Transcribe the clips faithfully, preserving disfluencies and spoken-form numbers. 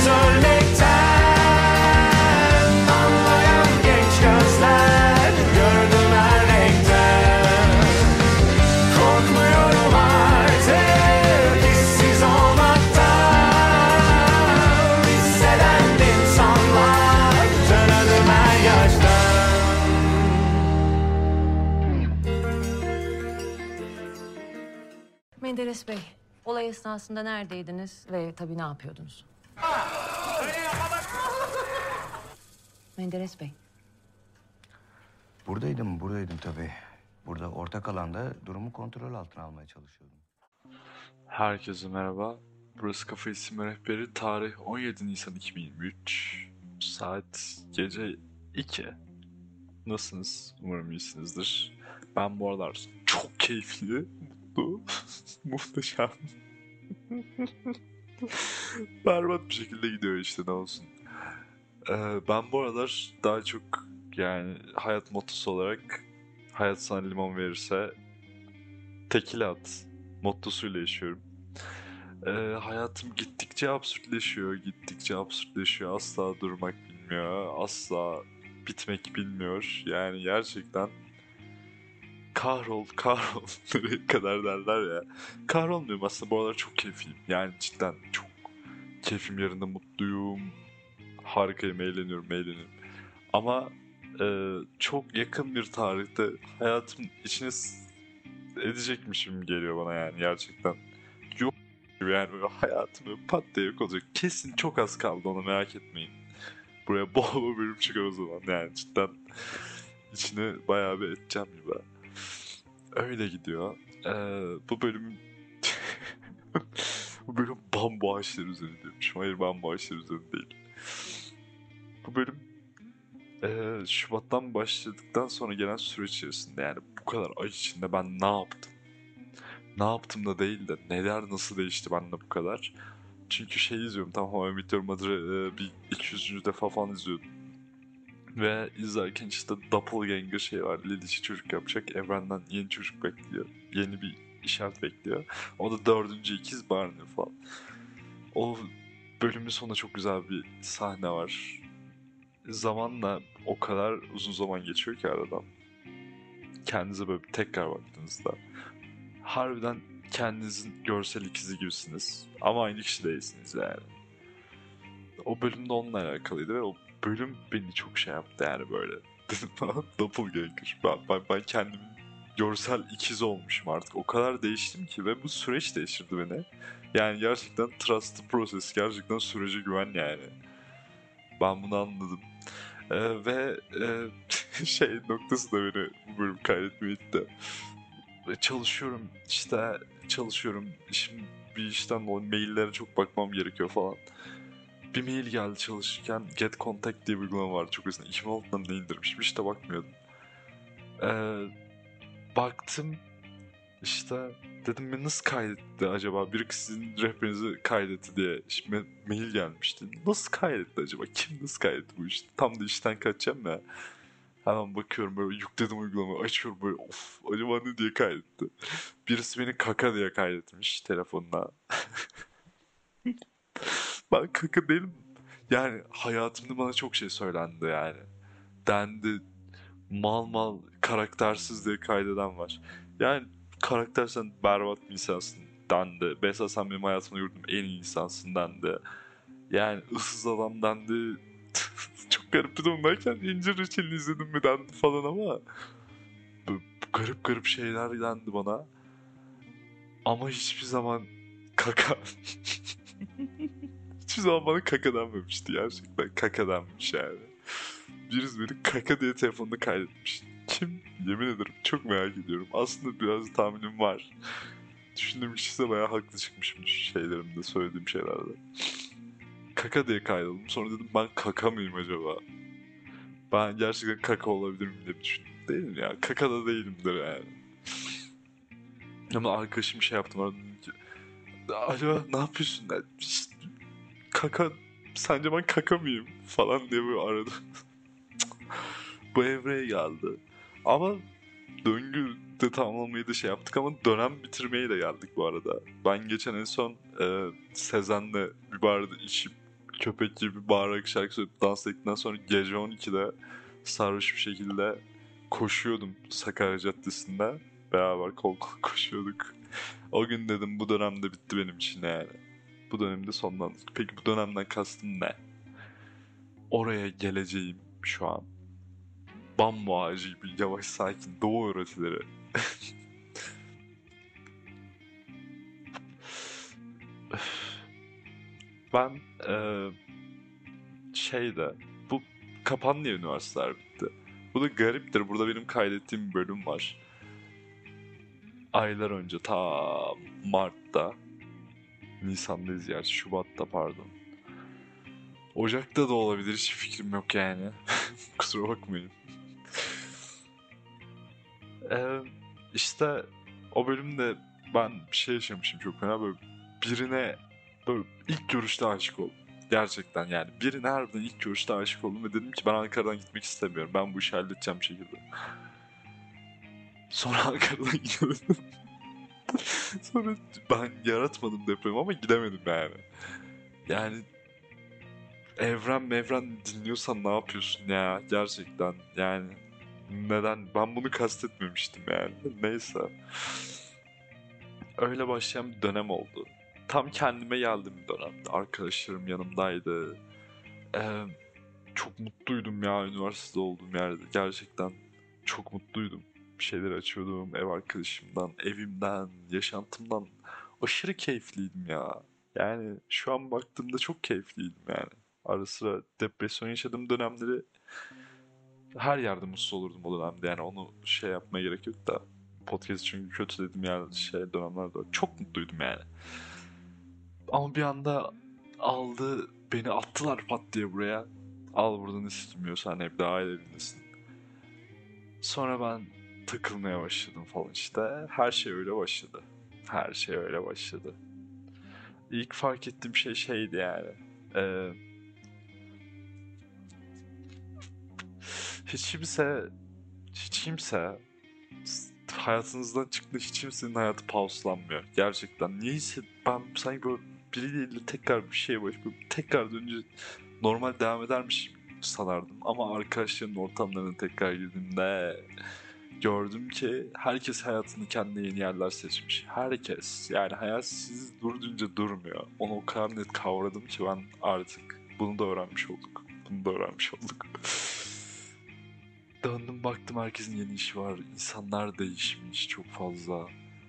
göz örnekten, anlayan genç gözler gördüm her renkten. Korkmuyorum artık hissiz olmaktan, hisseden insanlar tanıdım her yaştan. Menderes Bey, olay esnasında neredeydiniz ve tabii ne yapıyordunuz? Menderes Bey. Buradaydım, buradaydım tabii. Burada ortak alanda durumu kontrol altına almaya çalışıyordum. Herkese merhaba. Burası Kafa İsim Rehberi. Tarih on yedi Nisan iki bin yirmi üç. Saat gece iki. Nasılsınız? Umarım iyisinizdir. Ben bu aralar çok keyifli, mutlu, muhteşem. Berbat bir şekilde gidiyor işte, ne olsun. Ee, ben bu aralar daha çok yani hayat mottosu olarak hayat sana limon verirse tekile at mottosuyla yaşıyorum. Ee, hayatım gittikçe absürtleşiyor, gittikçe absürtleşiyor. Asla durmak bilmiyor, asla bitmek bilmiyor. Yani gerçekten kahrol, kahrol nereye kadar derler ya. Kahrolmuyorum aslında, bu aralar çok keyifliyim. Yani cidden çok keyfim yerinde, mutluyum. Harikayım, eğleniyorum, eğleniyorum. Ama e, çok yakın bir tarihte hayatım içine s- edecekmişim geliyor bana yani gerçekten. Yok gibi yani, böyle hayatım böyle pat diye yok olacak. Kesin çok az kaldı, ona merak etmeyin. Buraya bol bol bölüm çıkar o zaman yani, cidden içine bayağı bir edeceğim gibi. Öyle gidiyor. Ee, bu bölüm bu bölüm bambu ağaçları üzerine diyormuşum. Hayır, bambu ağaçları üzerine değil. Bu bölüm eee, Şubat'tan başladıktan sonra gelen süreç içerisinde, yani bu kadar ay içinde ben ne yaptım? Ne yaptım da değil de neler nasıl değişti bende bu kadar? Çünkü şey izliyorum, tam How I Met Your Mother'ı bir iki yüzüncü defa falan izliyordum. Ve izlerken işte doppelganger şey var. Lilith'i çocuk yapacak. Evrenden yeni çocuk bekliyor. Yeni bir işaret bekliyor. O da dördüncü ikiz Barney falan. O bölümün sonunda çok güzel bir sahne var. Zamanla o kadar uzun zaman geçiyor ki aradan. Kendinize böyle bir tekrar baktığınızda harbiden kendinizin görsel ikizi gibisiniz. Ama aynı kişi değilsiniz yani. O bölümde onunla alakalıydı ve o bölüm beni çok şey yaptı yani böyle. Doppelganger. Ben, ben, ben kendimin görsel ikizi olmuşum artık. O kadar değiştim ki ve bu süreç değiştirdi beni. Yani gerçekten trust the process. Gerçekten sürece güven yani. Ben bunu anladım. Ee, ve e, şey noktası da beni bu bölüm kaydetmeye itti. Ve çalışıyorum işte, çalışıyorum. İşim bir işten dolayı maillere çok bakmam gerekiyor falan. Bir mail geldi çalışırken. Get Contact diye bir uygulama vardı çok eskiden. iki bin altıdan ne indirmişim, hiç de bakmıyordum. Ee, baktım işte, dedim ben nasıl kaydetti acaba? Biri sizin rehberinizi kaydetti diye şimdi mail gelmişti. Nasıl kaydetti acaba? Kim nasıl kaydetti bu işte? Tam da işten kaçacağım ya. Hemen bakıyorum, böyle yükledim uygulamayı, açıyorum böyle, of acaba ne diye kaydetti. Birisi beni kaka diye kaydetmiş telefonuna. Ben kaka değilim. Yani hayatımda bana çok şey söylendi yani. Dendi, mal mal karaktersiz diye kaydeden var. Yani karakter, sen berbat bir insansın dendi. Mesela sen benim hayatımda gördüğüm en iyi insansın dendi. Yani ıssız adam dendi. Çok garip bir durumdayken incir reçelini izledim mi dendi falan ama bu, bu garip garip şeyler dendi bana. Ama hiçbir zaman kaka hiçbir zaman bana kaka denmemişti gerçekten. Kaka denmiş yani. Birisi beni kaka diye telefonda kaydetmiş. Kim? Yemin ederim çok merak ediyorum. Aslında biraz tahminim var. Düşündüğüm kişi de bayağı haklı çıkmışım şeylerimde, söylediğim şeylerde. Kaka diye kaydoldım. Sonra dedim ben kaka mıyım acaba? Ben gerçekten kaka olabilir miyim diye düşündüm. Değilim ya. Kaka da değilimdir yani. Ama arkadaşım şey yaptım. Bana dedim ki, alo ne yapıyorsun? Ya, işte, kaka, sence ben kaka mıyım? Falan diye böyle aradı. Bu evreye geldi. Ama döngü de tamamlamayı da şey yaptık ama dönem bitirmeye de geldik bu arada. Ben geçen en son e, Sezen'le bir barda içip köpek gibi bağırarak şarkı söyleyip dans ettikten sonra gece on ikide sarhoş bir şekilde koşuyordum Sakarya Caddesi'nde. Beraber kol kol koşuyorduk. O gün dedim bu dönemde bitti benim için yani. Bu dönemde sonlandı. Peki bu dönemden kastım ne? Oraya geleceğim şu an. Bambu ağacı gibi yavaş sakin doğu öğretileri. Ben eee şeyde bu kapandı ya, üniversiteler bitti. Bu da gariptir. Burada benim kaydettiğim bir bölüm var. Aylar önce ta Mart'ta, Nisan'dayız gerçi, Şubat'ta pardon. Ocak'ta da olabilir, hiç fikrim yok yani. Kusura bakmayın. Ee, işte o bölümde ben bir şey yaşamışım çok fena, böyle birine böyle ilk görüşte aşık oldum. Gerçekten yani birine harbiden ilk görüşte aşık oldum ve dedim ki ben Ankara'dan gitmek istemiyorum. Ben bu işi halledeceğim bir şekilde. Sonra Ankara'dan gidemedim. Sonra ben yaratmadım depremi ama gidemedim yani. Yani evren mevren dinliyorsan ne yapıyorsun ya gerçekten yani. Neden? Ben bunu kastetmemiştim yani. Neyse. Öyle başlayan bir dönem oldu. Tam kendime geldim bir dönemde. Arkadaşlarım yanımdaydı. Ee, çok mutluydum ya üniversitede olduğum yerde. Gerçekten çok mutluydum. Bir şeyler açıyordum ev arkadaşımdan, evimden, yaşantımdan. Aşırı keyifliydim ya. Yani şu an baktığımda çok keyifliydim yani. Ara sıra depresyon yaşadığım dönemleri her yerde mutsuz olurdum o dönemde. Yani onu şey yapmaya gerek yok da. Podcast çünkü kötü dedim yani şey dönemlerde çok mutluydum yani. Ama bir anda aldı beni, attılar pat diye buraya. Al burada ne sikimiyorsan evde aile evindesin. Sonra ben takılmaya başladım falan işte. Her şey öyle başladı. Her şey öyle başladı. İlk fark ettiğim şey şeydi yani. Ee, hiç kimse, hiç kimse hayatınızdan çıktı, hiç kimsenin hayatı pauslanmıyor. Gerçekten. Niyeyse ben sanki böyle biriyle tekrar bir şeye başlayıp tekrar dönünce normal devam edermiş sanardım. Ama arkadaşların ortamlarına tekrar girdiğimde gördüm ki herkes hayatını kendine yeni yerler seçmiş. Herkes. Yani hayat siz durdunca durmuyor. Onu o kadar net kavradım ki ben artık. Bunu da öğrenmiş olduk. Bunu da öğrenmiş olduk. Döndüm baktım herkesin yeni işi var. İnsanlar değişmiş çok fazla.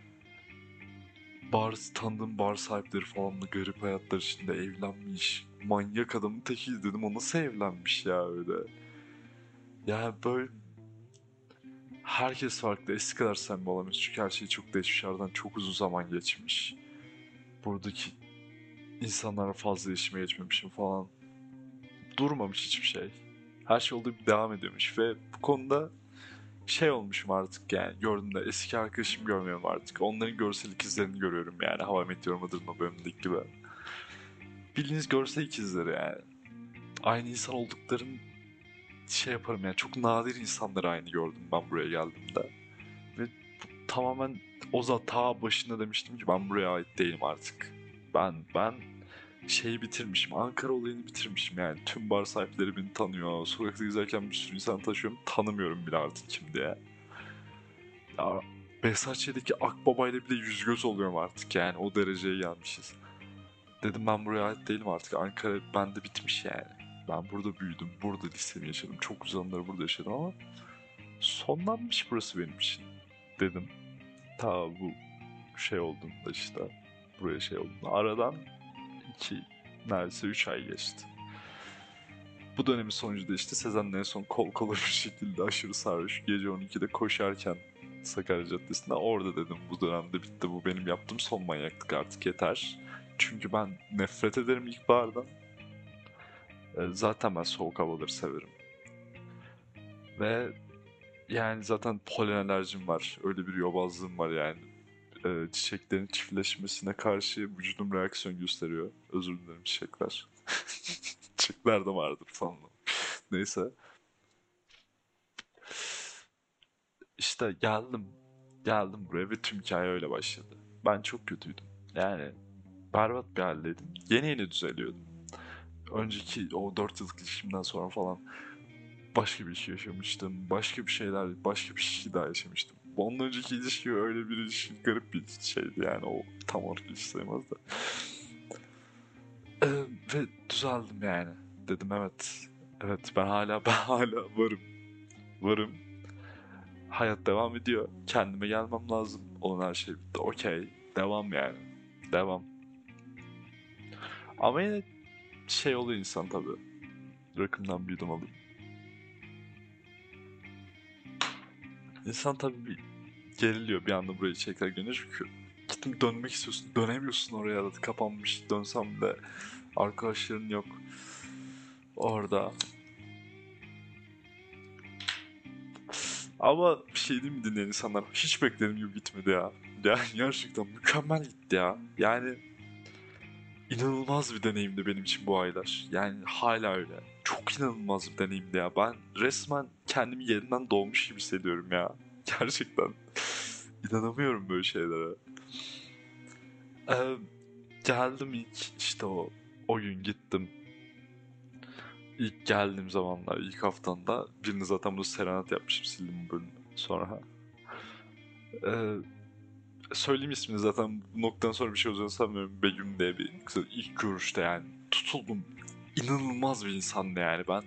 Bar, tanıdığım bar sahipleri falan da garip hayatlar içinde evlenmiş. Manyak adamın tekiyiz dedim. O nasıl evlenmiş ya öyle. Ya böyle herkes farklı. Eski kadar samimi olamıyoruz. Çünkü her şey çok değişmiş. Aradan çok uzun zaman geçmiş. Buradaki insanlara fazla yaşıma geçmemişim falan. Durmamış hiçbir şey. Her şey olduğu gibi devam ediyormuş ve bu konuda şey olmuşum artık yani. Gördüğümde eski arkadaşımı görmüyorum artık. Onların görsel ikizlerini görüyorum yani. How I Met Your Mother'ın o bölümündeki gibi. Bildiğiniz görsel ikizleri yani. Aynı insan olduklarını şey yaparım yani. Çok nadir insanları aynı gördüm ben buraya geldiğimde. Ve bu tamamen o zaman ta başında demiştim ki ben buraya ait değilim artık. Ben, ben şeyi bitirmişim. Ankara olayını bitirmişim yani. Tüm bar sahipleri beni tanıyor. Sokakta gezerken bir sürü insan taşıyorum. Tanımıyorum bile artık kim diye. Ya Behzatçı'daki Akbaba'yla bile yüz göz oluyorum artık yani. O dereceye gelmişiz. Dedim ben buraya ait değilim artık. Ankara bende bitmiş yani. Ben burada büyüdüm. Burada lisemi yaşadım. Çok güzel anıları burada yaşadım ama sonlanmış burası benim için dedim. Ta bu şey olduğunda işte. Buraya şey olduğunda. Aradan iki, neredeyse üç ay geçti. Bu dönemin sonucunda işte Sezen'le en son kol kola bir şekilde aşırı sarhoş gece on ikide koşarken Sakarya Caddesi'nde orada dedim bu dönemde bitti, bu benim yaptığım son manyaklık artık yeter. Çünkü ben nefret ederim ilkbahardan. E, zaten ben soğuk havaları severim. Ve yani zaten polen alerjim var. Öyle bir yobazlığım var yani. E, çiçeklerin çiftleşmesine karşı vücudum reaksiyon gösteriyor. Özür dilerim çiçekler. Çiçekler de vardır falan. Neyse. İşte geldim. Geldim buraya ve tüm hikaye öyle başladı. Ben çok kötüydüm. Yani berbat bir haldeydim. Yeni yeni düzeliyordum. önceki o dört yıllık ilişkimden sonra falan başka bir ilişki yaşamıştım. Başka bir şeyler, başka bir şey daha yaşamıştım. Ondan önceki ilişki öyle bir ilişki, garip bir şeydi yani, o tam olarak ilişki sayılmaz da. Ee, ve düzeldim yani. Dedim evet, evet ben hala ben hala varım. Varım. Hayat devam ediyor. Kendime gelmem lazım. Olan her şey bitti. Okey. Devam yani. Devam. Ama yine şey oluyor insan tabii. Rakımdan bir yudum alır. İnsan tabii bir geriliyor bir anda burayı tekrar görünce, çünkü gittim dönmek istiyorsun. Dönemiyorsun oraya da, kapanmış. Dönsem de arkadaşların yok orada. Ama bir şey değil mi dinleyen insanlar? Hiç beklediğim gibi gitmedi ya. Yani gerçekten mükemmel gitti ya. Yani inanılmaz bir deneyimdi benim için bu aylar. Yani hala öyle. Çok inanılmaz bir deneyimdi ya. Ben resmen kendimi yeniden doğmuş gibi hissediyorum ya. Gerçekten. İnanamıyorum böyle şeylere. Ee, geldim ilk işte o o gün gittim. İlk geldiğim zamanlar, ilk haftamda birini zaten bunu serenat yapmışım, sildim bu bölümü sonra. Ee, söyleyeyim ismini, zaten bu noktadan sonra bir şey olacağını sanmıyorum. Begüm diye bir kız, ilk görüşte yani tutuldum. İnanılmaz bir insandı yani, ben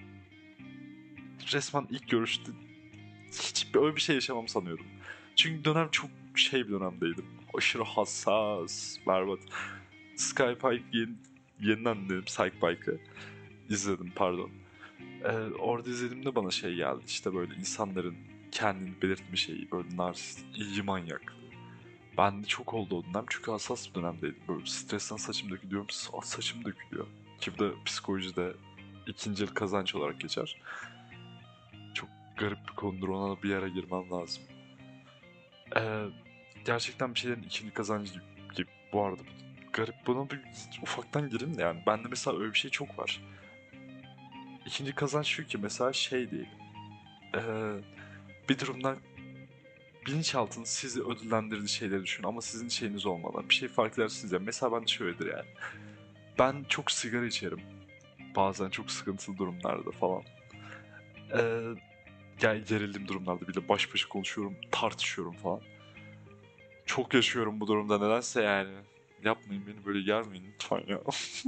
resmen ilk görüşte hiç öyle bir şey yaşamam sanıyordum. Çünkü dönem çok şey bir dönemdeydim. Aşırı hassas, berbat. Skypike yeni, yeniden dedim, Psychbike'ı izledim pardon. Ee, orada izlediğimde bana şey geldi, işte böyle insanların kendini belirtme şeyi, böyle narsist, ilgi manyak. Ben de çok oldu o dönem, çünkü hassas bir dönemdeydim. Böyle stresten saçım dökülüyor, sa- saçım dökülüyor. Ki bu da psikolojide ikinci el kazanç olarak geçer. Çok garip bir konudur, ona da bir yere girmem lazım. Ee, gerçekten bir şeylerin ikinci kazancı gibi, gibi. Bu arada garip, buna bir ufaktan girin de yani. Bende mesela öyle bir şey çok var. İkinci kazanç şu ki, mesela şey değil. Ee, bir durumdan bilinçaltının sizi ödüllendirdiği şeyleri düşünün ama sizin şeyiniz olmadan. Bir şey fark edersiniz ya. Mesela ben de şöyledir yani. Ben çok sigara içerim. Bazen çok sıkıntılı durumlarda falan. Ee, yani gerildiğim durumlarda bile baş başa konuşuyorum, tartışıyorum falan. Çok yaşıyorum bu durumda nedense yani. Yapmayın, beni böyle germeyin lütfen ya.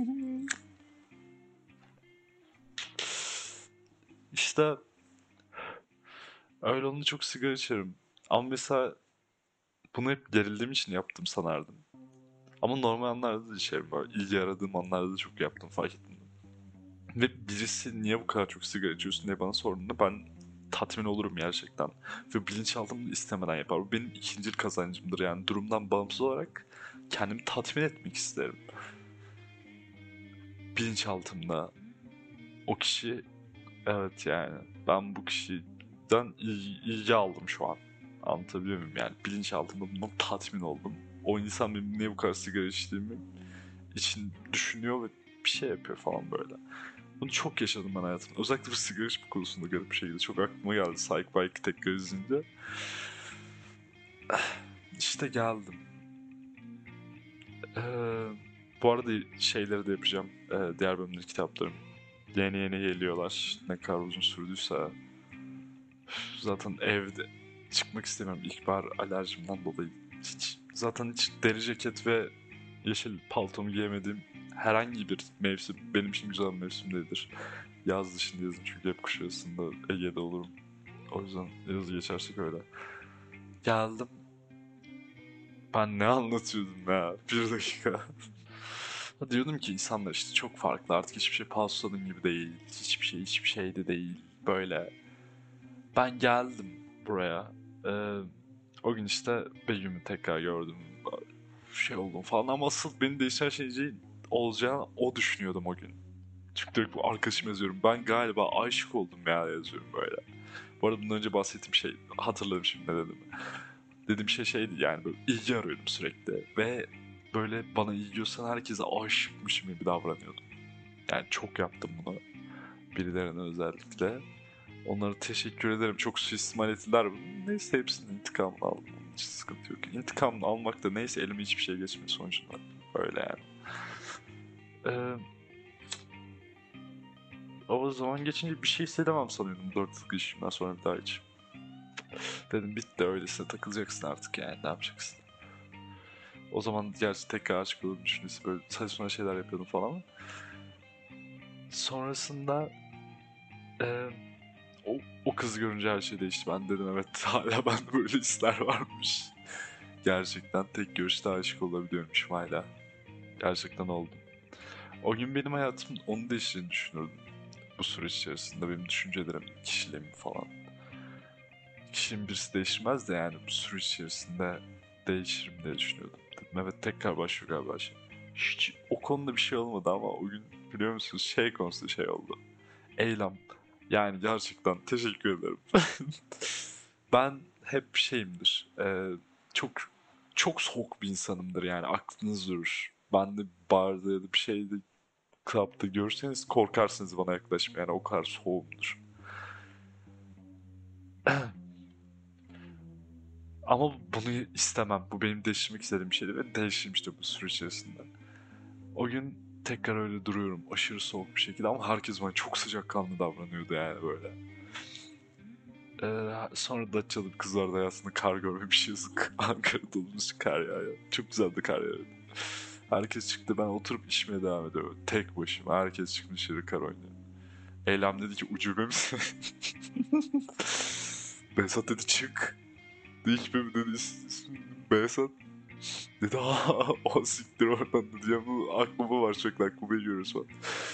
İşte öyle olunca çok sigara içerim. Ama mesela bunu hep gerildiğim için yaptım sanardım. Ama normal anlarda da içerim. Böyle ilgi aradığım anlarda da çok yaptım, fark ettim. Ve birisi niye bu kadar çok sigara içiyorsun diye bana sorduğunda ben tatmin olurum gerçekten. Ve bilinçaltım da istemeden yapar. Bu benim ikinci kazancımdır yani. Durumdan bağımsız olarak kendimi tatmin etmek isterim. Bilinçaltımda o kişi, evet yani ben bu kişiden ilgi, ilgi aldım şu an. Anlatabiliyor muyum? Yani bilinçaltımda bundan tatmin oldum. O insan benim niye bu kadar sigara içtiğimi için düşünüyor ve bir şey yapıyor falan böyle. Bunu çok yaşadım ben hayatımda. Özellikle bu sigara içme konusunda garip bir şekilde. Çok aklıma geldi Psychbike'ı tekrar izleyince. İşte geldim. Ee, bu arada şeyleri de yapacağım. Ee, diğer bölümleri, kitaplarım. Yeni yeni geliyorlar. Ne kadar uzun sürdüyse. Zaten evde çıkmak istemiyorum. İlkbahar alerjimden dolayı. Hiç, zaten hiç deri ceket ve yeşil paltomu giyemediğim herhangi bir mevsim benim için güzel bir mevsim değildir. Yaz dışında yazın, çünkü hep kış arasında Ege'de olurum. O yüzden yazı geçersek öyle. Geldim. Ben ne anlatıyordum ya? Bir dakika. Diyordum ki insanlar işte çok farklı. Artık hiçbir şey Pausa'nın gibi değil. Hiçbir şey hiçbir şey de değil. Böyle. Ben geldim buraya. Ee, o gün işte Begüm'ü tekrar gördüm. Şey oldum falan, ama asıl beni değişen şey değil, olacağını o düşünüyordum o gün. Çünkü direkt bu arkadaşım yazıyorum. Ben galiba aşık oldum ya yazıyorum böyle. Bu arada bundan önce bahsettiğim şey, hatırladım şimdi ne dedim. Dediğim şey şeydi yani, böyle ilgi arıyordum sürekli. Ve böyle bana ilgi gösteren herkese aşıkmışım gibi davranıyordum. Yani çok yaptım bunu. Birilerine özellikle. Onlara teşekkür ederim. Çok suistimal ettiler bunu. Neyse, hepsinin intikamını aldım. Hiç sıkıntı yok. İntikamını almak da neyse, elime hiçbir şey geçmedi sonucunda. Öyle yani. Ee, O zaman geçince bir şey hissedemem sanıyordum dört yıllık ilişkimden sonra bir daha hiç. Dedim bitti, öylesine takılacaksın artık yani, ne yapacaksın? O zaman gerçi tekrar aşık olduğumu düşünüyorsun, böyle saçma şeyler yapıyordum falan ama. Sonrasında eee, o, o kızı görünce her şey değişti. Ben dedim evet, hala bende böyle hisler varmış. Gerçekten tek görüşte aşık olabiliyormuşum hala. Gerçekten oldum. O gün benim hayatımın onu değiştirdiğini düşünürdüm. Bu süreç içerisinde benim düşüncelerim, kişiliğim falan. Kişinin birisi değişmez de yani bu süreç içerisinde değişirim diye düşünüyordum. Dedim evet, tekrar başlıyor galiba şey. Hiç o konuda bir şey olmadı ama o gün biliyor musunuz şey konusunda şey oldu. Eylem. Yani gerçekten teşekkür ederim. Ben hep şeyimdir. e, çok çok soğuk bir insanımdır yani, aklınız durur. Ben de barda ya da bir şeyde, club'da görürseniz korkarsınız bana yaklaşmaya. Yani o kadar soğumdur. Ama bunu istemem. Bu benim değiştirmek istediğim bir şeydi ve değiştirmişti bu süreç içerisinde. O gün tekrar öyle duruyorum. Aşırı soğuk bir şekilde ama herkes bana çok sıcakkanlı davranıyordu yani böyle. Ee, sonra Datçalı bir kız vardı, hayatında kar görmemiş, yazık. Ankara'da dolmuş kar yağıyor. Çok güzeldi kar yağıyor. Herkes çıktı, ben oturup içmeye devam ediyorum. Tek başıma. Herkes çıkmış dışarı kar oynuyor. Eylem dedi ki ucube misin? Behzat dedi çık. Değişme mi dedi ismini. Behzat. Dedi aa o siktir oradan dedi. Ya bu aklıma var, sürekli aklıma görüyoruz falan.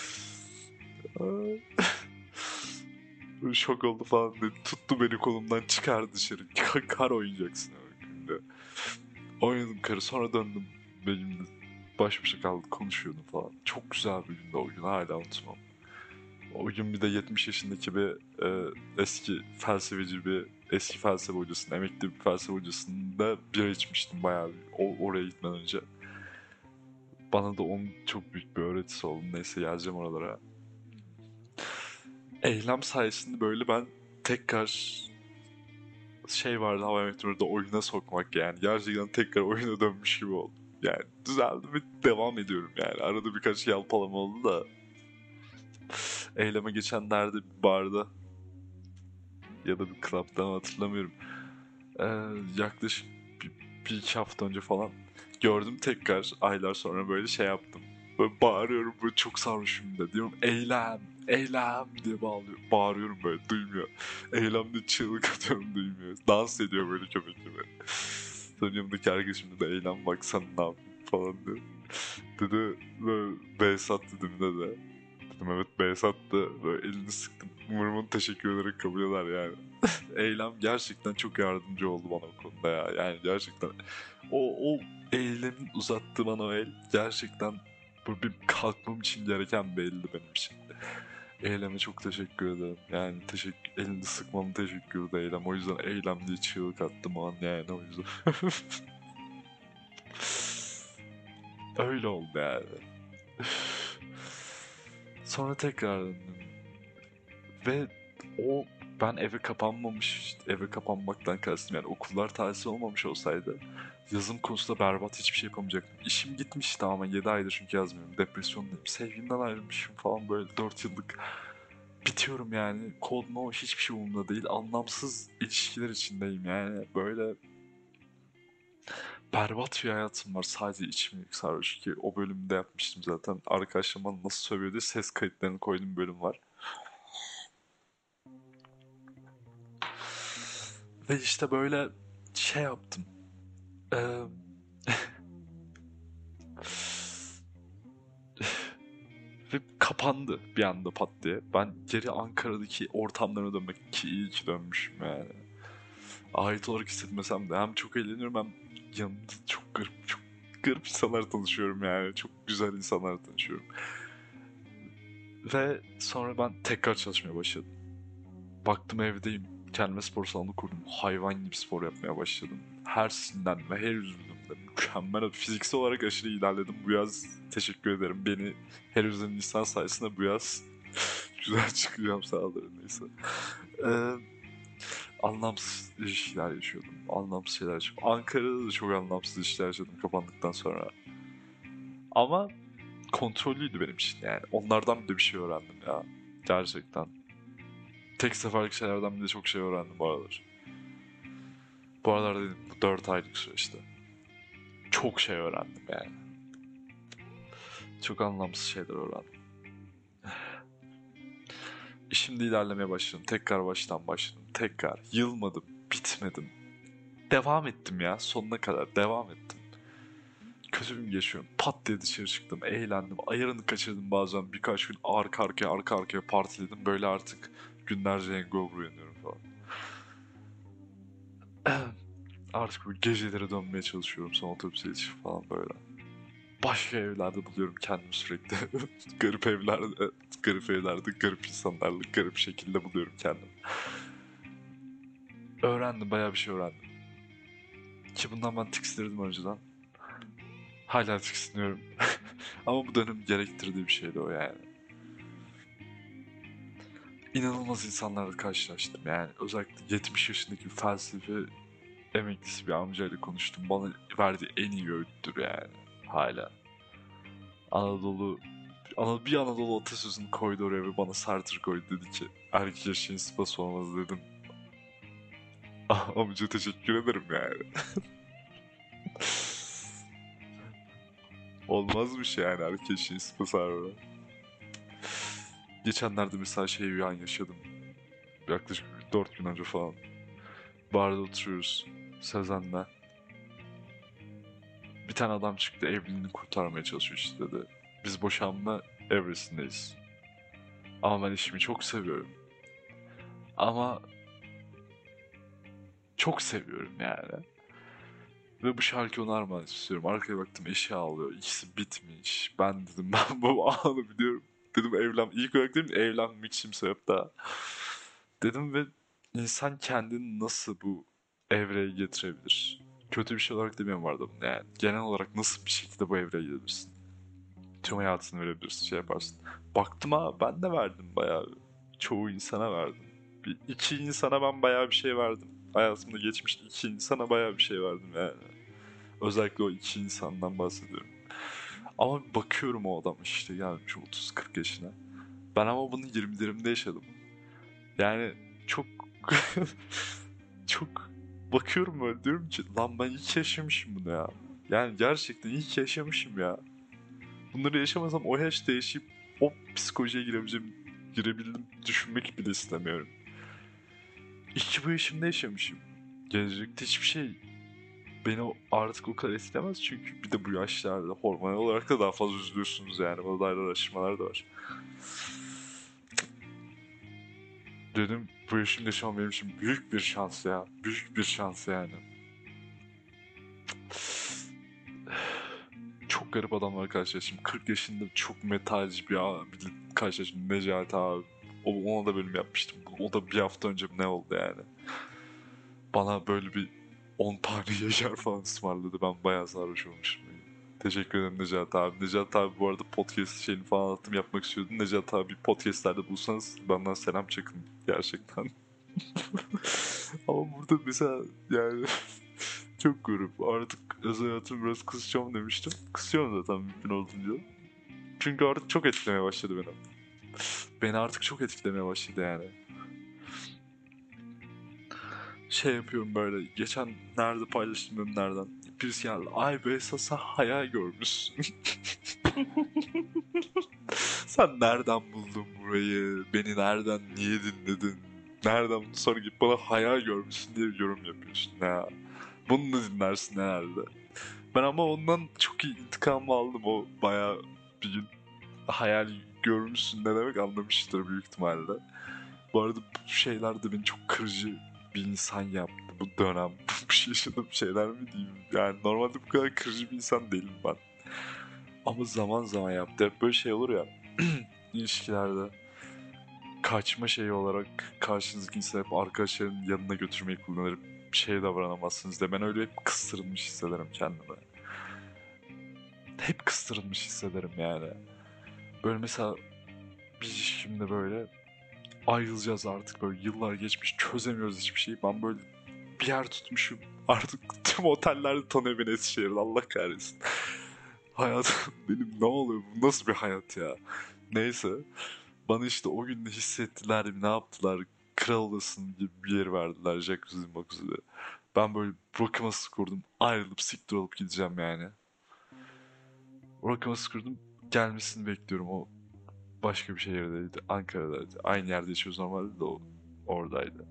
Böyle şok oldu falan dedi. Tuttu beni kolumdan çıkardı dışarı. Kar oynayacaksın öyle. Oynadım karı, sonra döndüm. Benimle baş başa kaldık, konuşuyordum falan. Çok güzel bir gündü o gün, hala unutmam. O gün bir de yetmiş yaşındaki bir e, eski felsefeci bir eski felsefe hocasının, emekli bir felsefe hocasında bira içmiştim bayağı bir, o, oraya gitmeden önce. Bana da onun çok büyük bir öğretisi oldu. Neyse, geleceğim oralara. Eylem sayesinde böyle ben tekrar şey vardı, Hava Meteor'da oyuna sokmak yani. Gerçekten tekrar oyuna dönmüş gibi oldu. Yani düzeldi ve devam ediyorum yani. Arada birkaç yalpalama oldu da. Eyleme geçenlerde bir barda ya da bir club'da hatırlamıyorum. Ee, yaklaşık bir, bir iki hafta önce falan gördüm tekrar, aylar sonra böyle şey yaptım. Böyle bağırıyorum, böyle çok sarhoşum da diyorum eylem, eylem diye bağırıyor, bağırıyorum böyle, duymuyor. Eylem diye çığlık atıyorum, duymuyor. Dans ediyor böyle köpek gibi. Sonra yanımdaki arkadaşım da eylem bak sen ne yapayım falan diyor. Dedi böyle Behzat dedim dedi. Dedim evet Behzat'tı. Böyle elini sıktım. Umarım onu teşekkür ederek kabul eder yani. Eylem gerçekten çok yardımcı oldu bana o konuda ya. Yani gerçekten o, o eylemin uzattığı bana o el gerçekten böyle bir kalkmam için gereken bir eldi benim için. Eyleme çok teşekkür ederim. Yani teşekkür, elini sıkmamı teşekkür ederim Eylem. O yüzden Eylem diye çığlık attım o an yani, o yüzden. Öyle oldu yani. Sonra tekrar döndüm. Ve o ben eve kapanmamış, eve kapanmaktan kastım yani okullar tatil olmamış olsaydı yazım konusunda berbat, hiçbir şey yapamayacaktım. İşim gitmişti ama yedi aydır çünkü yazmıyorum. Depresyondayım. Sevgimden ayrılmışım falan, böyle dört yıllık bitiyorum yani. Kod no, hiçbir şey umurumda değil. Anlamsız ilişkiler içindeyim yani. Böyle berbat bir hayatım var. Sadece içimlik sarhoş, ki o bölümde yapmıştım zaten. Arkadaşlarım bana nasıl sövüyor diye ses kayıtlarını koyduğum bölüm var. Ve işte böyle şey yaptım. Ee, ve kapandı bir anda pat diye. Ben geri Ankara'daki ortamlarına dönmek, ki iyi ki dönmüşüm yani. Ait olarak hissetmesem de hem çok eğleniyorum hem yanımda çok garip, çok garip insanlar tanışıyorum yani. Çok güzel insanlar tanışıyorum. Ve sonra ben tekrar çalışmaya başladım. Baktım evdeyim. Kendime spor salonu kurdum. Hayvan gibi spor yapmaya başladım. Her sinirlenme, her üzüldüğümde mükemmel, fiziksel olarak aşırı ilerledim. Bu yaz teşekkür ederim. Beni her üzen insan sayesinde bu yaz güzel çıkacağım, sağ olun neyse. Ee, anlamsız ilişkiler yaşıyordum. Anlamsız şeyler yaşıyordum. Ankara'da da çok anlamsız ilişkiler yaşadım kapandıktan sonra. Ama kontrollüydü benim için yani. Onlardan bile bir şey öğrendim ya. Gerçekten. Tek seferlik şeylerden bile çok şey öğrendim bu aralar. Bu aralar dedim bu dört aylık süreçte. Çok şey öğrendim yani. Çok anlamsız şeyler öğrendim. Şimdi ilerlemeye başladım. Tekrar baştan başladım. Tekrar. Yılmadım. Bitmedim. Devam ettim ya. Sonuna kadar devam ettim. Kötü gün geçiyorum. Pat diye dışarı çıktım. Eğlendim. Ayarını kaçırdım bazen. Birkaç gün arka arkaya arka arkaya partiledim. Böyle artık günlerce hangover uyanıyorum falan. Artık bu gecelere dönmeye çalışıyorum son otobüse yetişip falan böyle. Başka evlerde buluyorum kendimi sürekli. Garip evlerde, garip evlerde, garip insanlarla, garip şekilde buluyorum kendimi. Öğrendim, bayağı bir şey öğrendim. Ki bundan ben tiksinirdim önceden. Hala tiksiniyorum. Ama bu dönem gerektirdiği bir şeydi o yani. İnanılmaz insanlarla karşılaştım yani. Özellikle yetmiş yaşındaki felsefe emeklisi bir amcayla konuştum. Bana verdiği en iyi öğüttür yani. Hala. Anadolu, Ana- bir Anadolu atasözünü koydu oraya ve bana Sartre koydu. Dedi ki erkek yaşayın sıpası olmaz dedim. Ah, amca teşekkür ederim yani. Olmazmış yani erkek yaşayın sıpası abi. Geçenlerde mesela şey bir an yaşadım. Yaklaşık dört gün önce falan. Barda oturuyoruz Sezen'le. Bir tane adam çıktı, evliliğini kurtarmaya çalışıyor işte dedi. Biz boşanma evresindeyiz. Ama ben işimi çok seviyorum. Ama çok seviyorum yani. Ve bu şarkıyı ona armağan istiyorum. Arkaya baktım eşi ağlıyor. İkisi bitmiş. Ben dedim ben bu anı biliyorum. Dedim evlen... İlk olarak dedim evlenmek için sebep daha. Dedim ve insan kendini nasıl bu evreye getirebilir? Kötü bir şey olarak demiyorum vardı bunu yani. Genel olarak nasıl bir şekilde bu evreye gidebilirsin? Tüm hayatını verebilirsin, şey yaparsın. Baktım ha ben de verdim bayağı. Çoğu insana verdim. Bir, iki insana ben bayağı bir şey verdim. Hayatımda geçmiş iki insana bayağı bir şey verdim yani. Özellikle o iki insandan bahsediyorum. Ama bakıyorum o adam işte gelmiş otuz kırk yaşına. Ben ama bunu yirmilerimde yaşadım. Yani çok çok bakıyorum böyle diyorum ki lan ben iyi ki yaşamışım bunu ya. Yani gerçekten iyi ki yaşamışım ya. Bunları yaşamasam o yaşta yaşayıp o psikolojiye girebileceğim, girebildim düşünmek bile istemiyorum. İyi ki bu yaşımda yaşamışım. Gelecekte hiçbir şey beni o- artık o kadar etkilemez çünkü bir de bu yaşlarda hormonal olarak da daha fazla üzülüyorsunuz yani. Bu olaylar araştırmalar da var. Dedim bu yaşımda yaşamam benim için büyük bir şans ya. Büyük bir şans yani. Çok garip adamlarla karşılaştım. kırk yaşında çok metalci bir abiyle karşılaştım. Necati abi. O- Ona da bölüm yapmıştım. O da bir hafta önce ne oldu yani. Bana böyle bir on tane yaşar falan ısmarladı. Ben bayağı sarhoş olmuşum. Teşekkür ederim Necati abi. Necati abi bu arada podcast şeyini falan anlattım yapmak istiyordum. Necati abi podcastlerde bulsanız benden selam çakın gerçekten. Ama burada mesela yani çok garip. Artık özel hayatımı biraz kısacağım demiştim. Kısıyorum zaten mümkün olduğunca. Çünkü artık çok etkilemeye başladı beni. Beni artık çok etkilemeye başladı yani. Şey yapıyorum böyle. Geçen nerede paylaştım bilmem nereden. Birisi geldi. Ay be sen hayal görmüşsün. Sen nereden buldun burayı? Beni nereden niye dinledin? Nereden bunu sonra gidip bana hayal görmüşsün diye bir yorum yapıyorsun ya. Bunu da dinlersin herhalde. Ben ama ondan çok iyi intikam aldım. O bayağı bir gün hayal görmüşsün ne demek anlamıştır büyük ihtimalle. Bu arada bu şeyler de beni çok kırıcı bir insan yaptı bu dönem. Bu şey yaşadığım şeyler mi diyeyim? Yani normalde bu kadar kırıcı bir insan değilim ben. Ama zaman zaman yaptı. Hep böyle şey olur ya ilişkilerde. Kaçma şeyi olarak karşınızdaki insanı hep arkadaşların yanına götürmeyi kullanır. Bir şeye davranamazsınız diye. Ben öyle hep kıstırılmış hissederim kendime. Hep kıstırılmış hissederim yani. Böyle mesela bir ilişkimde böyle ayrılacağız artık böyle yıllar geçmiş çözemiyoruz hiçbir şeyi. Ben böyle bir yer tutmuşum. Artık tüm otellerde tanıyor beni Eskişehir'de Allah kahretsin. Hayatım benim ne oluyor bu nasıl bir hayat ya. Neyse Bana işte o gün de hissettiler mi, ne yaptılar? Kral odasının gibi bir yer verdiler, jacuzzi makuzzi. Ben böyle Burak'ıma kurdum. Ayrılıp siktir olup gideceğim yani. Burak'ıma kurdum. Gelmesini bekliyorum. O başka bir şehirdeydi. Ankara'daydı. Aynı yerde yaşıyoruz normalde de o oradaydı.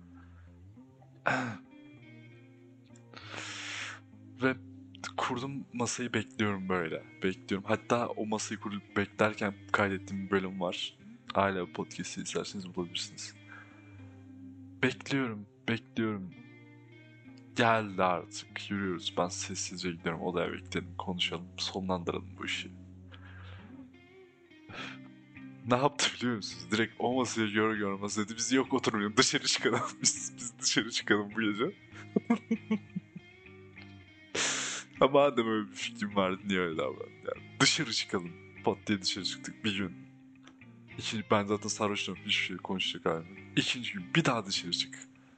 Ve kurdum masayı, bekliyorum böyle. Bekliyorum. Hatta o masayı kurup beklerken kaydettiğim bir bölüm var. Hala podcast'i isterseniz bulabilirsiniz. Bekliyorum, bekliyorum. Geldi artık. Yürüyoruz. Ben sessizce gidiyorum. Odaya bekleyelim, konuşalım, sonlandıralım bu işi. Ne yaptı biliyor musunuz? Direkt o masaya gör görmez dedi. Biz yok oturmayalım, dışarı çıkalım. Biz, biz dışarı çıkalım bu gece. Ha madem öyle bir fikrim vardı, niye öyle davrandın yani? Dışarı çıkalım. Pat diye dışarı çıktık bir gün. İkinci, ben zaten sarhoştum, hiçbir şey konuşacak halim yok. İkinci gün bir daha dışarı çık.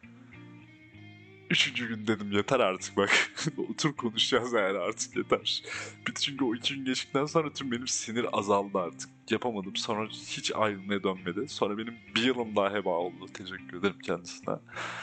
Üçüncü gün dedim yeter artık bak. Otur konuşacağız yani, artık yeter. Bir de çünkü o iki gün geçtikten sonra tüm benim sinir azaldı artık. Yapamadım. Sonra hiç ayrılmaya dönmedi. Sonra benim bir yılım daha heba oldu. Teşekkür ederim kendisine.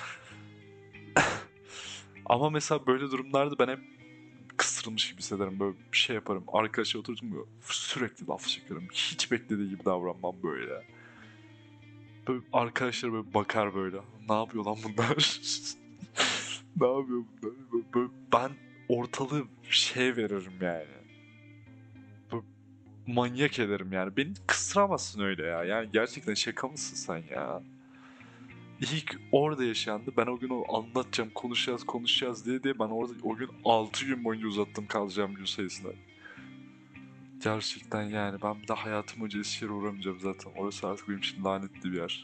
Ama mesela böyle durumlarda ben hep kıstırılmış gibi hissederim. Böyle bir şey yaparım. Arkadaşa oturdum mu sürekli laf çekerim. Hiç beklediği gibi davranmam böyle. Böyle arkadaşlar böyle bakar böyle. Ne yapıyor lan bunlar? Ne yapıyor bunlar? Böyle, böyle ben ortalığı şey veririm yani. Böyle manyak ederim yani. Beni kıstıramazsın öyle ya. Yani gerçekten şaka mısın sen ya? İlk orada yaşandı. Ben o gün o anlatacağım, konuşacağız, konuşacağız diye diye ben orada o gün altı gün boyunca uzattım kalacağım gün sayısını. Gerçekten yani ben bir de hayatım boyunca Eskişehir'e uğramayacağım zaten. Orası artık benim için lanetli bir yer.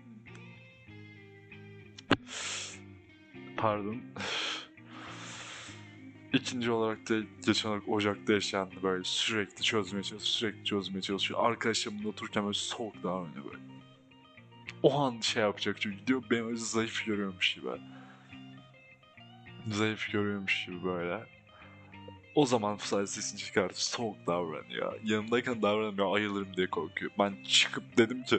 Pardon. İkinci olarak da geçen olarak Ocak'ta yaşandı, böyle sürekli çözmeye çalışıyor, sürekli çözmeye çalışıyor. Arkadaşlarımla otururken böyle soğuk davranıyor böyle. O an şey yapacak çünkü gidiyor, beni öyle zayıf görüyormuş gibi. Zayıf görüyormuş gibi böyle. O zaman sadece sesini çıkartıp soğuk davranıyor. Yanımdayken davranmıyor, ayılırım diye korkuyor. Ben çıkıp dedim ki...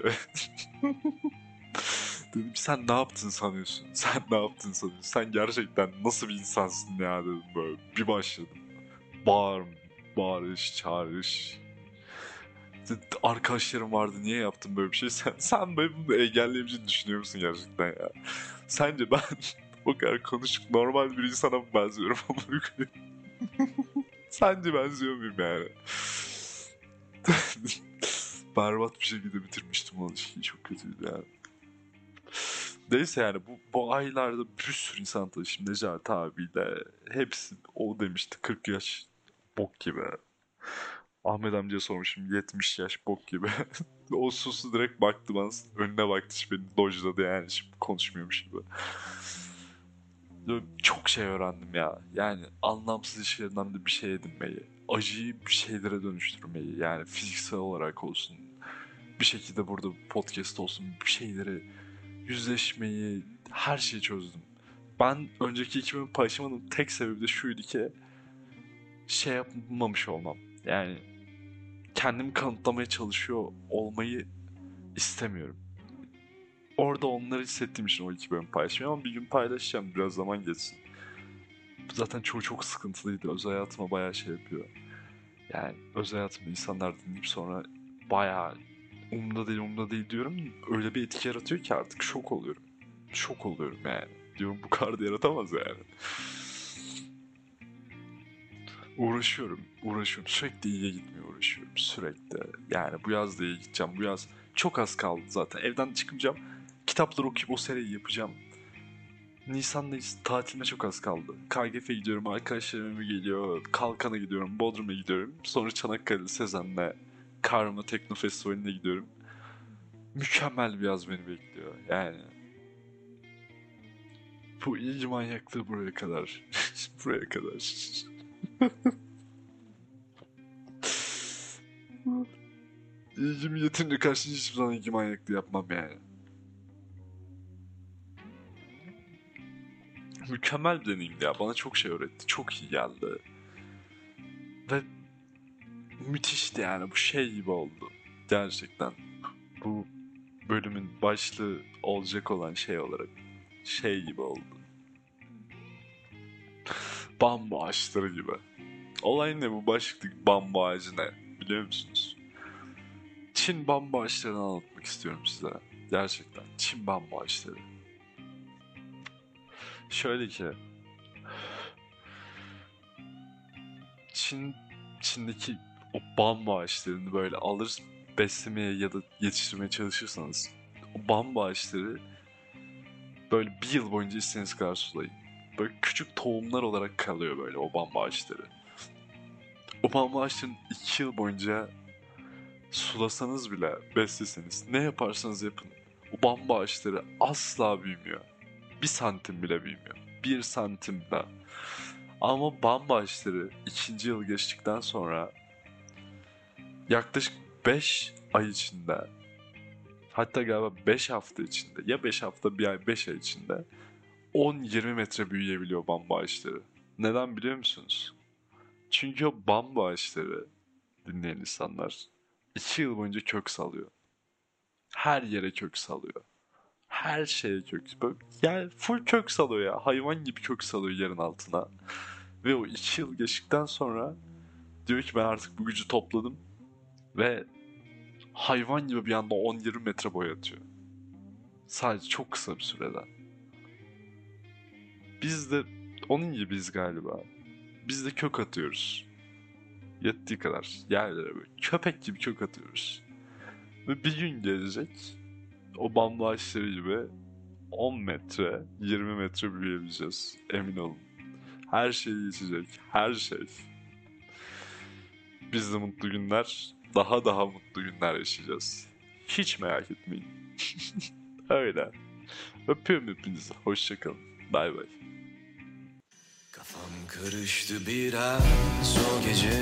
dedim ki sen ne yaptın sanıyorsun? Sen ne yaptın sanıyorsun? Sen gerçekten nasıl bir insansın ya dedim böyle. Bir başladım. Bağır, bağırış, çağırış. Arkadaşlarım vardı, niye yaptın böyle bir şey? Sen, sen böyle bunu engelleyebileceğini düşünüyor musun gerçekten ya? Sence ben o kadar konuşup normal bir insana mı benziyorum? Sence benziyor muyum yani? Berbat bir şekilde bitirmiştim o ilişkiyi. Çok kötüydü yani. Neyse yani bu, bu aylarda bir sürü insan tanıştım. Necati abiyle. Hepsi o demişti kırk yaş bok gibi. Ahmet amcaya sormuşum yetmiş yaş bok gibi. O sustu, direkt baktı bana. Önüne baktı, hiç beni dojladı yani. Şimdi konuşmuyormuş gibi. Çok şey öğrendim ya. Yani anlamsız işlerinden de bir şey edinmeyi. Acıyı bir şeylere dönüştürmeyi. Yani fiziksel olarak olsun. Bir şekilde burada podcast olsun. Bir şeyleri yüzleşmeyi, her şeyi çözdüm. Ben önceki iki bölümü paylaşamadığım tek sebebi de şuydu ki şey yapmamış olmam. Yani kendimi kanıtlamaya çalışıyor olmayı istemiyorum. Orada onları hissettiğim için o iki bölüm paylaşmıyorum ama bir gün paylaşacağım, biraz zaman geçsin. Zaten çoğu çok sıkıntılıydı. Özel hayatıma bayağı şey yapıyor. Yani özel hayatımda insanlar dinleyip sonra bayağı umurumda değil umurumda değil diyorum. Öyle bir etki yaratıyor ki artık şok oluyorum. Şok oluyorum yani. Diyorum bu kadar da yaratamaz yani. Uğraşıyorum, uğraşıyorum. Sürekli iyiye gitmeye uğraşıyorum. Sürekli. Yani bu yaz da iyiye gideceğim. Bu yaz çok az kaldı zaten. Evden çıkmayacağım. Kitapları okuyup o seriyi yapacağım. Nisan'dayız. Tatilime çok az kaldı. K G F'ye gidiyorum. Arkadaşlarım geliyor. Kalkan'a gidiyorum. Bodrum'a gidiyorum. Sonra Çanakkale Sezen'le Karma Tekno Festivali'ne gidiyorum. Mükemmel bir yaz beni bekliyor. Yani bu ilgi manyaklığı buraya kadar. Buraya kadar. İlgimi yeterince karşı hiçbir zaman ilgi manyaklığı yapmam yani. Mükemmel bir deneyimdi ya. Bana çok şey öğretti. Çok iyi geldi. Ve müthişti yani. Bu şey gibi oldu. Gerçekten. Bu bölümün başlığı olacak olan şey olarak şey gibi oldu. Bambu ağaçları gibi. Olay ne, bu başlıktaki bambu ağacı ne biliyor musunuz? Çin bambu ağaçlarını anlatmak istiyorum size. Gerçekten Çin bambu ağaçları. Şöyle ki Çin Çin'deki o bambu ağaçlarını böyle alır beslemeye ya da yetiştirmeye çalışırsanız o bambu ağaçları böyle bir yıl boyunca istediğiniz kadar sulayın. Böyle küçük tohumlar olarak kalıyor böyle o bambu ağaçları. O bambu ağaçlarını iki yıl boyunca sulasanız bile, besleseniz, ne yaparsanız yapın, o bambu ağaçları asla büyümüyor. Bir santim bile büyümüyor. Bir santim de. Ama bambu ağaçları ikinci yıl geçtikten sonra yaklaşık beş ay içinde, hatta galiba beş hafta içinde, ya beş hafta bir ay beş ay içinde on yirmi metre büyüyebiliyor bambu ağaçları. Neden biliyor musunuz? Çünkü o bambu ağaçları, dinleyen insanlar, iki yıl boyunca kök salıyor. Her yere kök salıyor. Her şeye kök. Böyle, yani full kök salıyor ya. Hayvan gibi kök salıyor yerin altına. Ve o iki yıl geçtikten sonra diyor ki ben artık bu gücü topladım. Ve hayvan gibi bir anda on yirmi metre boy atıyor. Sadece çok kısa bir sürede. Biz de onun gibiyiz galiba. Biz de kök atıyoruz. Yettiği kadar yerlere böyle köpek gibi kök atıyoruz. Ve bir gün gelecek o bambu ağaçları gibi on metre, yirmi metre büyüyebileceğiz. Emin olun. Her şey geçecek. Her şey. Biz de mutlu günler, daha daha mutlu günler yaşayacağız. Hiç merak etmeyin. Öyle. Öpüyorum hepinizi. Hoşçakalın. Bay bay. Kafam karıştı biraz o gece.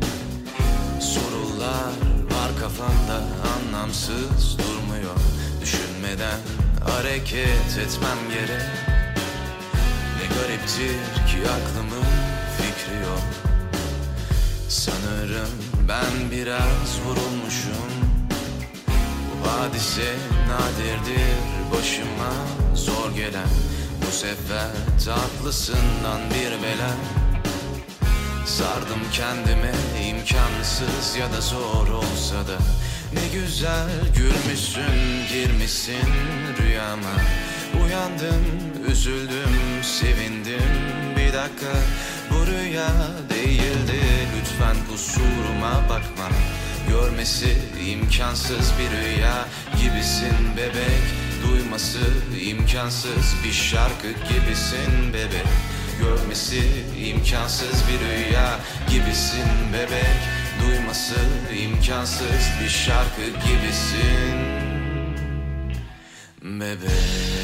Sorular var kafamda, anlamsız durmuyor. Düşünmeden hareket etmem gerek. Ne gariptir ki aklımın fikri yok. Sanırım ben biraz vurulmuşum. Bu hadise nadirdir başıma zor gelen. Bu sefer tatlısından bir bela. Sardım kendime, imkansız ya da zor olsa da. Ne güzel gülmüşsün, girmişsin rüyama. Uyandım, üzüldüm, sevindim. Bir dakika, bu rüya değildi. Lütfen kusuruma bakma. Görmesi imkansız bir rüya gibisin bebek. Duyması imkansız bir şarkı gibisin bebek. Görmesi imkansız bir rüya gibisin bebek. Duyması imkansız bir şarkı gibisin bebek.